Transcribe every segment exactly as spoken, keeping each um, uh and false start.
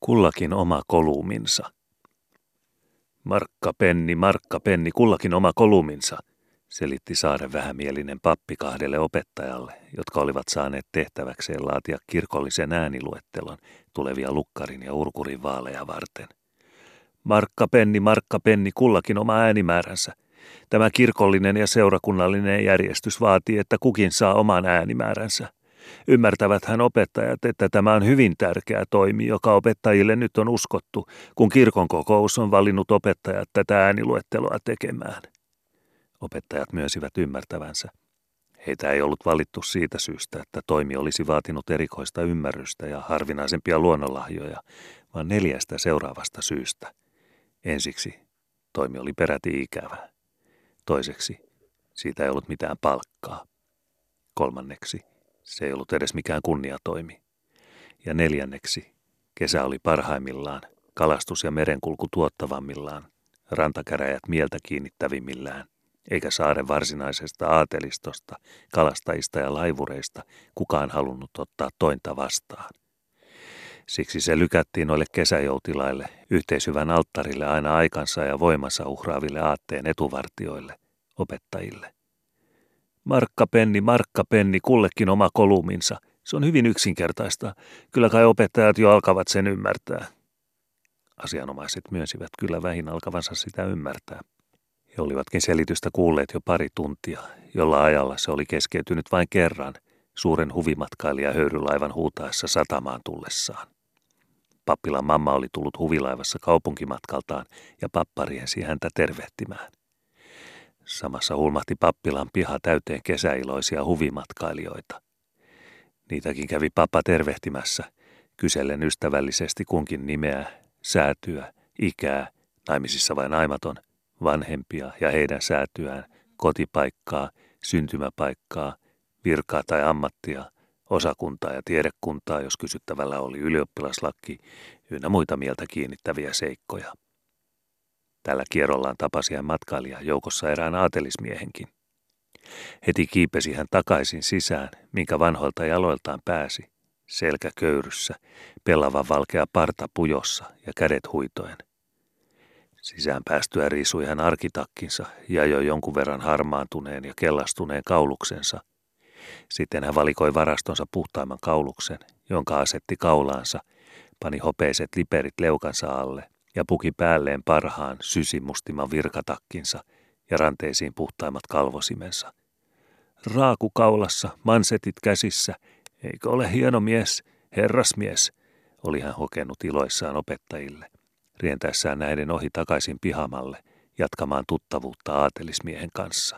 Kullakin oma kolumninsa. Markka penni, markka penni, kullakin oma kolumninsa, selitti Saaren vähämielinen pappi kahdelle opettajalle, jotka olivat saaneet tehtäväkseen laatia kirkollisen ääniluettelon tulevia lukkarin ja urkurin vaaleja varten. Markka penni, markka penni, kullakin oma äänimääränsä. Tämä kirkollinen ja seurakunnallinen järjestys vaatii, että kukin saa oman äänimääränsä. Ymmärtäväthän opettajat, että tämä on hyvin tärkeä toimi, joka opettajille nyt on uskottu, kun kirkonkokous on valinnut opettajat tätä ääniluetteloa tekemään. Opettajat myönsivät ymmärtävänsä. Heitä ei ollut valittu siitä syystä, että toimi olisi vaatinut erikoista ymmärrystä ja harvinaisempia luonnonlahjoja, vaan neljästä seuraavasta syystä. Ensiksi, toimi oli peräti ikävä. Toiseksi, siitä ei ollut mitään palkkaa. Kolmanneksi, se ei ollut edes mikään kunniatoimi. Ja neljänneksi, kesä oli parhaimmillaan, kalastus ja merenkulku tuottavammillaan, rantakäräjät mieltä kiinnittävimmillään, eikä saaren varsinaisesta aatelistosta, kalastajista ja laivureista kukaan halunnut ottaa tointa vastaan. Siksi se lykättiin noille kesäjoutilaille, yhteishyvän alttarille aina aikansa ja voimansa uhraaville aatteen etuvartioille, opettajille. Markka penni, markka penni, kullekin oma kolumninsa. Se on hyvin yksinkertaista. Kyllä kai opettajat jo alkavat sen ymmärtää. Asianomaiset myönsivät kyllä vähin alkavansa sitä ymmärtää. He olivatkin selitystä kuulleet jo pari tuntia, jolla ajalla se oli keskeytynyt vain kerran, suuren huvimatkailijahöyrylaivan huutaessa satamaan tullessaan. Pappilan mamma oli tullut huvilaivassa kaupunkimatkaltaan ja pappa riensi häntä tervehtimään. Samassa hulmahti pappilan piha täyteen kesäiloisia huvimatkailijoita. Niitäkin kävi pappa tervehtimässä, kysellen ystävällisesti kunkin nimeä, säätyä, ikää, naimisissa vai naimaton, vanhempia ja heidän säätyään, kotipaikkaa, syntymäpaikkaa, virkaa tai ammattia, osakuntaa ja tiedekuntaa, jos kysyttävällä oli ylioppilaslakki, ynnä muita mieltä kiinnittäviä seikkoja. Tällä kierrollaan tapasi hän matkailija joukossa erään aatelismiehenkin. Heti kiipesi hän takaisin sisään, minkä vanhoilta jaloiltaan pääsi, selkä köyryssä, pellavan valkea parta pujossa ja kädet huitoen. Sisään päästyä riisui hän arkitakkinsa ja jo jonkun verran harmaantuneen ja kellastuneen kauluksensa. Sitten hän valikoi varastonsa puhtaimman kauluksen, jonka asetti kaulaansa, pani hopeiset liperit leukansa alle ja puki päälleen parhaan sysimustiman virkatakkinsa ja ranteisiin puhtaimmat kalvosimensa. Raaku kaulassa, mansetit käsissä, eikö ole hieno mies, herrasmies, oli hän hokenut iloissaan opettajille, rientäessään näiden ohi takaisin pihamalle, jatkamaan tuttavuutta aatelismiehen kanssa.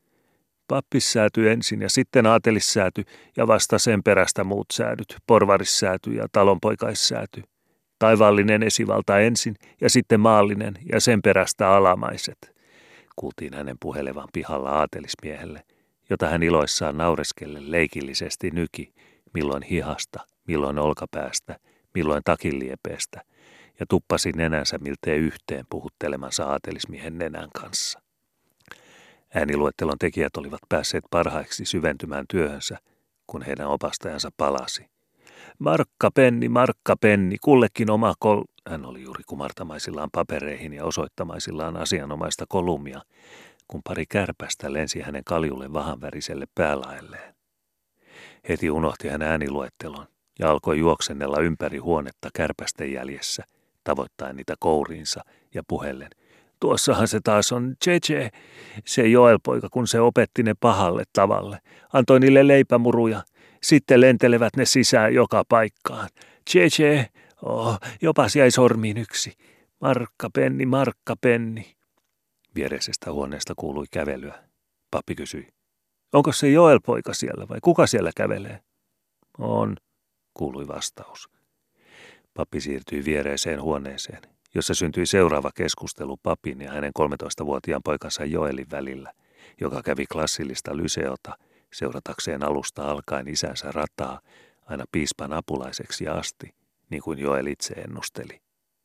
Pappissääty ensin ja sitten aatelissääty ja vasta sen perästä muut säädyt, porvarissääty ja talonpoikaissääty. Taivaallinen esivalta ensin ja sitten maallinen ja sen perästä alamaiset, kuultiin hänen puhelevan pihalla aatelismiehelle, jota hän iloissaan naureskelle leikillisesti nyki, milloin hihasta, milloin olkapäästä, milloin takinliepeestä, ja tuppasi nenänsä miltei yhteen puhuttelemansa aatelismiehen nenän kanssa. Ääniluettelon tekijät olivat päässeet parhaiksi syventymään työhönsä, kun heidän opastajansa palasi. Markka penni, markka penni, kullekin oma kol... Hän oli juuri kumartamaisillaan papereihin ja osoittamaisillaan asianomaista kolumnia, kun pari kärpästä lensi hänen kaljulle vahanväriselle päälaelleen. Heti unohti hän ääniluettelon ja alkoi juoksennella ympäri huonetta kärpästen jäljessä, tavoittaen niitä kouriinsa ja puheellen. Tuossahan se taas on, tse se Joel-poika, kun se opetti ne pahalle tavalle. Antoi niille leipämuruja. Sitten lentelevät ne sisään joka paikkaan. Tse oh, jopas jäi sormiin yksi. Markka penni, markka penni. Viereisestä huoneesta kuului kävelyä. Pappi kysyi. Onko se Joel-poika siellä vai kuka siellä kävelee? On, kuului vastaus. Pappi siirtyi viereiseen huoneeseen, jossa syntyi seuraava keskustelu papin ja hänen kolmetoistavuotiaan poikansa Joelin välillä, joka kävi klassillista lyseota seuratakseen alusta alkaen isänsä rataa aina piispan apulaiseksi asti, niin kuin Joel itse ennusteli.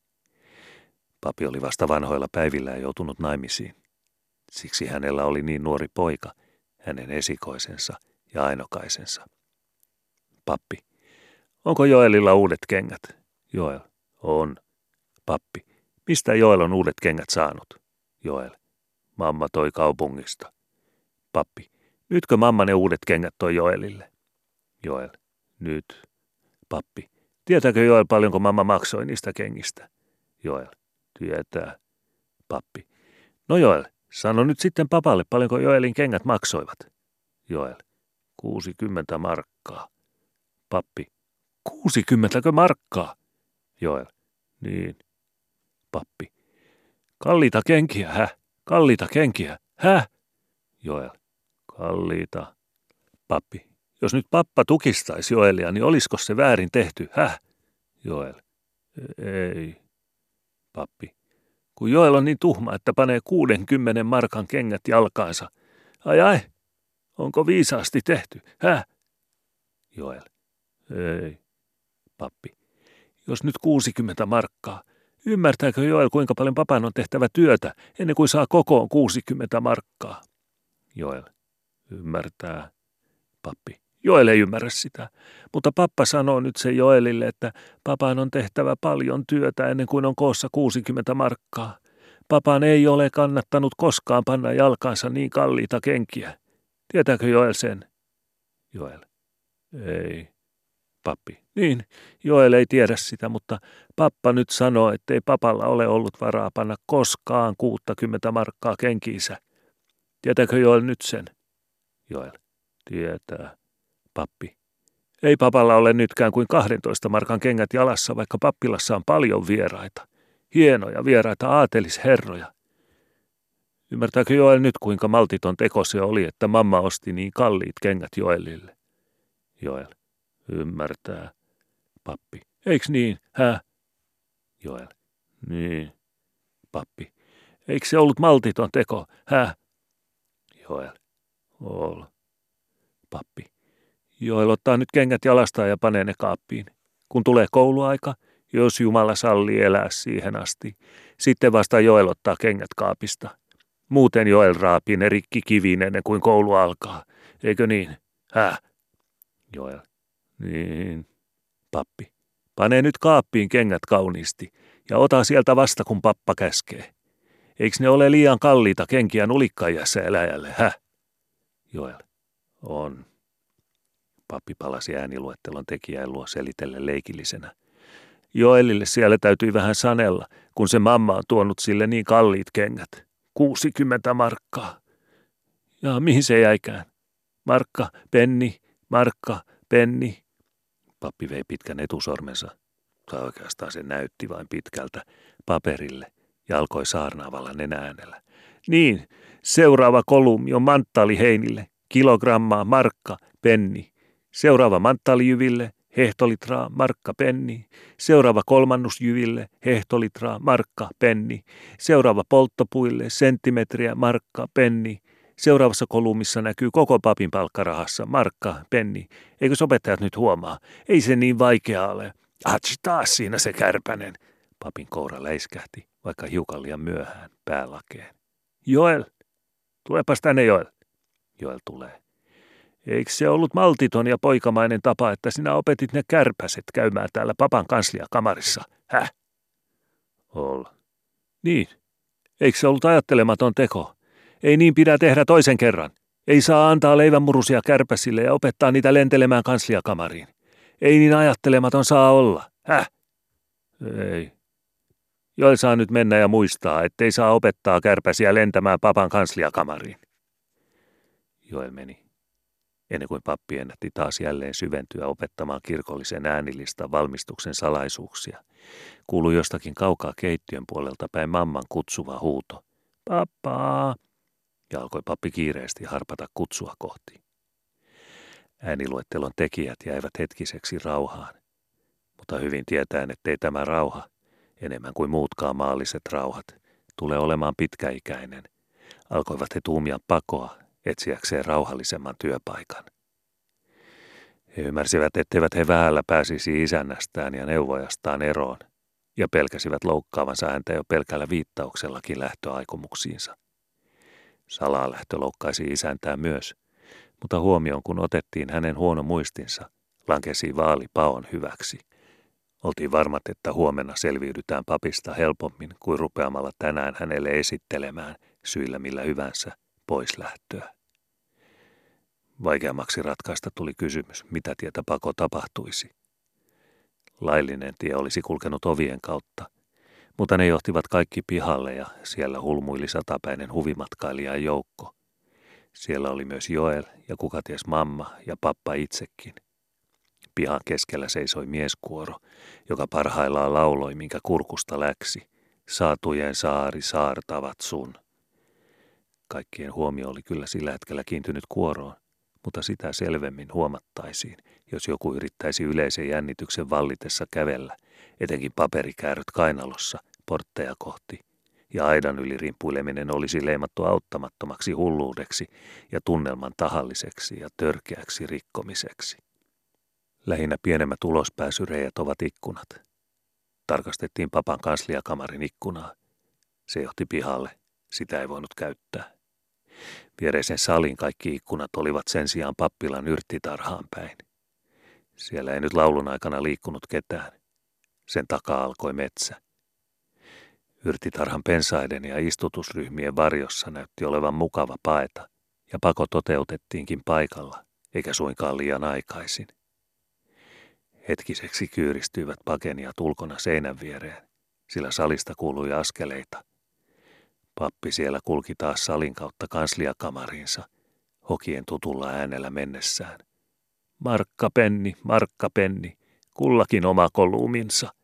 Papi oli vasta vanhoilla päivillään joutunut naimisiin. Siksi hänellä oli niin nuori poika, hänen esikoisensa ja ainokaisensa. Pappi, onko Joelilla uudet kengät? Joel, On. Pappi. Mistä Joel on uudet kengät saanut? Joel. Mamma toi kaupungista. Pappi. Nytkö mamma ne uudet kengät toi Joelille? Joel. Nyt. Pappi. Tietääkö Joel paljonko mamma maksoi niistä kengistä? Joel. Tietää. Pappi. No Joel, sano nyt sitten papalle paljonko Joelin kengät maksoivat. Joel. Kuusikymmentä markkaa. Pappi. Kuusikymmentäkö markkaa? Joel. Niin. Pappi. Kalliita kenkiä, häh? Kalliita kenkiä, häh? Joel. Kalliita. Pappi. Jos nyt pappa tukistaisi Joelia, niin olisiko se väärin tehty, häh? Joel. Ei. Pappi. Kun Joel on niin tuhma, että panee kuudenkymmenen markan kengät jalkaansa. Ai ai, onko viisaasti tehty, häh? Joel. Ei. Pappi. Jos nyt kuusikymmentä markkaa, ymmärtääkö Joel, kuinka paljon papan on tehtävä työtä, ennen kuin saa kokoon kuusikymmentä markkaa? Joel. Ymmärtää. Pappi. Joel ei ymmärrä sitä, mutta pappa sanoo nyt se Joelille, että papan on tehtävä paljon työtä ennen kuin on koossa kuusikymmentä markkaa. Papan ei ole kannattanut koskaan panna jalkansa niin kalliita kenkiä. Tietääkö Joel sen? Joel. Ei. Pappi. Niin, Joel ei tiedä sitä, mutta pappa nyt sanoo, ettei papalla ole ollut varaa panna koskaan kuusikymmentä markkaa kenkiinsä. Tietääkö Joel nyt sen? Joel. Tietää. Pappi. Ei papalla ole nytkään kuin kahdentoista markan kengät jalassa, vaikka pappilassa on paljon vieraita. Hienoja vieraita aatelisherroja. Ymmärtääkö Joel nyt, kuinka maltiton teko se oli, että mamma osti niin kalliit kengät Joelille? Joel. Ymmärtää. Pappi. Eiks niin, hä? Joel. Niin. Pappi. Eikö se ollut maltiton teko, hä? Joel. Ol. Pappi. Joel ottaa nyt kengät jalastaan ja panee ne kaappiin. Kun tulee kouluaika, jos Jumala sallii elää siihen asti, sitten vasta Joel ottaa kengät kaapista. Muuten Joel raapii ne rikki kiviin ennen kuin koulu alkaa. Eikö niin? Häh? Joel. Niin. Pappi. Pane nyt kaappiin kengät kauniisti ja ota sieltä vasta, kun pappa käskee. Eiks ne ole liian kalliita kenkiä nulikkaijässä eläjälle, häh? Joel. On. Pappi palasi ääniluettelon tekijän luo selitellen leikillisenä. Joelille siellä täytyi vähän sanella, kun se mamma on tuonut sille niin kalliit kengät. Kuusikymmentä markkaa. Ja mihin se jäikään? Markka, penni, markka, penni. Pappi vei pitkän etusormensa, tai oikeastaan se näytti vain pitkältä, paperille ja alkoi saarnaavalla nenäänellä. Niin, seuraava kolumni on manttaaliheinille, kilogrammaa, markka, penni. Seuraava manttaalijyville, hehtolitraa, markka, penni. Seuraava kolmannusjyville, hehtolitraa, markka, penni. Seuraava polttopuille, senttimetriä, markka, penni. Seuraavassa kolumnissa näkyy koko papin palkkarahassa, markka, penni. Eikö opettajat nyt huomaa? Ei se niin vaikeaa ole. Atsi, taas siinä se kärpänen. Papin koura läiskähti, vaikka hiukan liian myöhään, päälakeen. Joel, tulepas tänne Joel. Joel tulee. Eikö se ollut maltiton ja poikamainen tapa, että sinä opetit ne kärpäset käymään täällä papan kansliakamarissa? Häh? Ol. Niin. Eikö se ollut ajattelematon teko? Ei niin pidä tehdä toisen kerran. Ei saa antaa leivänmurusia kärpäsille ja opettaa niitä lentelemään kansliakamariin. Ei niin ajattelematon saa olla. Häh? Ei. Joel saa nyt mennä ja muistaa, ettei saa opettaa kärpäsiä lentämään papan kansliakamariin. Joel meni. Ennen kuin pappi ennätti taas jälleen syventyä opettamaan kirkollisen äänillistan valmistuksen salaisuuksia, kuului jostakin kaukaa keittiön puolelta päin mamman kutsuva huuto. Pappaa! Ja alkoi pappi kiireesti harpata kutsua kohti. Ääniluettelon tekijät jäivät hetkiseksi rauhaan, mutta hyvin tietäen, ettei tämä rauha, enemmän kuin muutkaan maalliset rauhat, tule olemaan pitkäikäinen, alkoivat he tuumia pakoa etsiäkseen rauhallisemman työpaikan. He ymmärsivät, etteivät he vähällä pääsisi isännästään ja neuvojastaan eroon, ja pelkäsivät loukkaavansa häntä jo pelkällä viittauksellakin lähtöaikomuksiinsa. Salalähtö loukkaisi isäntää myös, mutta huomioon kun otettiin hänen huono muistinsa, lankesi vaali paon hyväksi. Oltiin varmat, että huomenna selviydytään papista helpommin kuin rupeamalla tänään hänelle esittelemään syillä millä hyvänsä pois lähtöä. Vaikeammaksi ratkaista tuli kysymys, mitä tietä pako tapahtuisi. Laillinen tie olisi kulkenut ovien kautta, mutta ne johtivat kaikki pihalle ja siellä hulmuili satapäinen huvimatkailijan joukko. Siellä oli myös Joel ja kuka ties mamma ja pappa itsekin. Pihan keskellä seisoi mieskuoro, joka parhaillaan lauloi, minkä kurkusta läksi. Saatujen saari saartavat sun. Kaikkien huomio oli kyllä sillä hetkellä kiintynyt kuoroon, mutta sitä selvemmin huomattaisiin, jos joku yrittäisi yleisen jännityksen vallitessa kävellä, etenkin paperikääryt kainalossa, portteja kohti, ja aidan yli rimpuileminen olisi leimattu auttamattomaksi hulluudeksi ja tunnelman tahalliseksi ja törkeäksi rikkomiseksi. Lähinnä pienemmät ulospääsyreijät ovat ikkunat. Tarkastettiin papan kansliakamarin ikkunaa. Se johti pihalle, sitä ei voinut käyttää. Viereisen salin kaikki ikkunat olivat sen sijaan pappilan yrttitarhaan päin. Siellä ei nyt laulun aikana liikkunut ketään. Sen takaa alkoi metsä. Yrttitarhan pensaiden ja istutusryhmien varjossa näytti olevan mukava paeta, ja pako toteutettiinkin paikalla, eikä suinkaan liian aikaisin. Hetkiseksi kyyristyivät pakenijat ulkona seinän viereen, sillä salista kuului askeleita. Pappi siellä kulki taas salin kautta kansliakamariinsa, hokien tutulla äänellä mennessään. Markka penni, markka penni, kullakin oma koluminsa.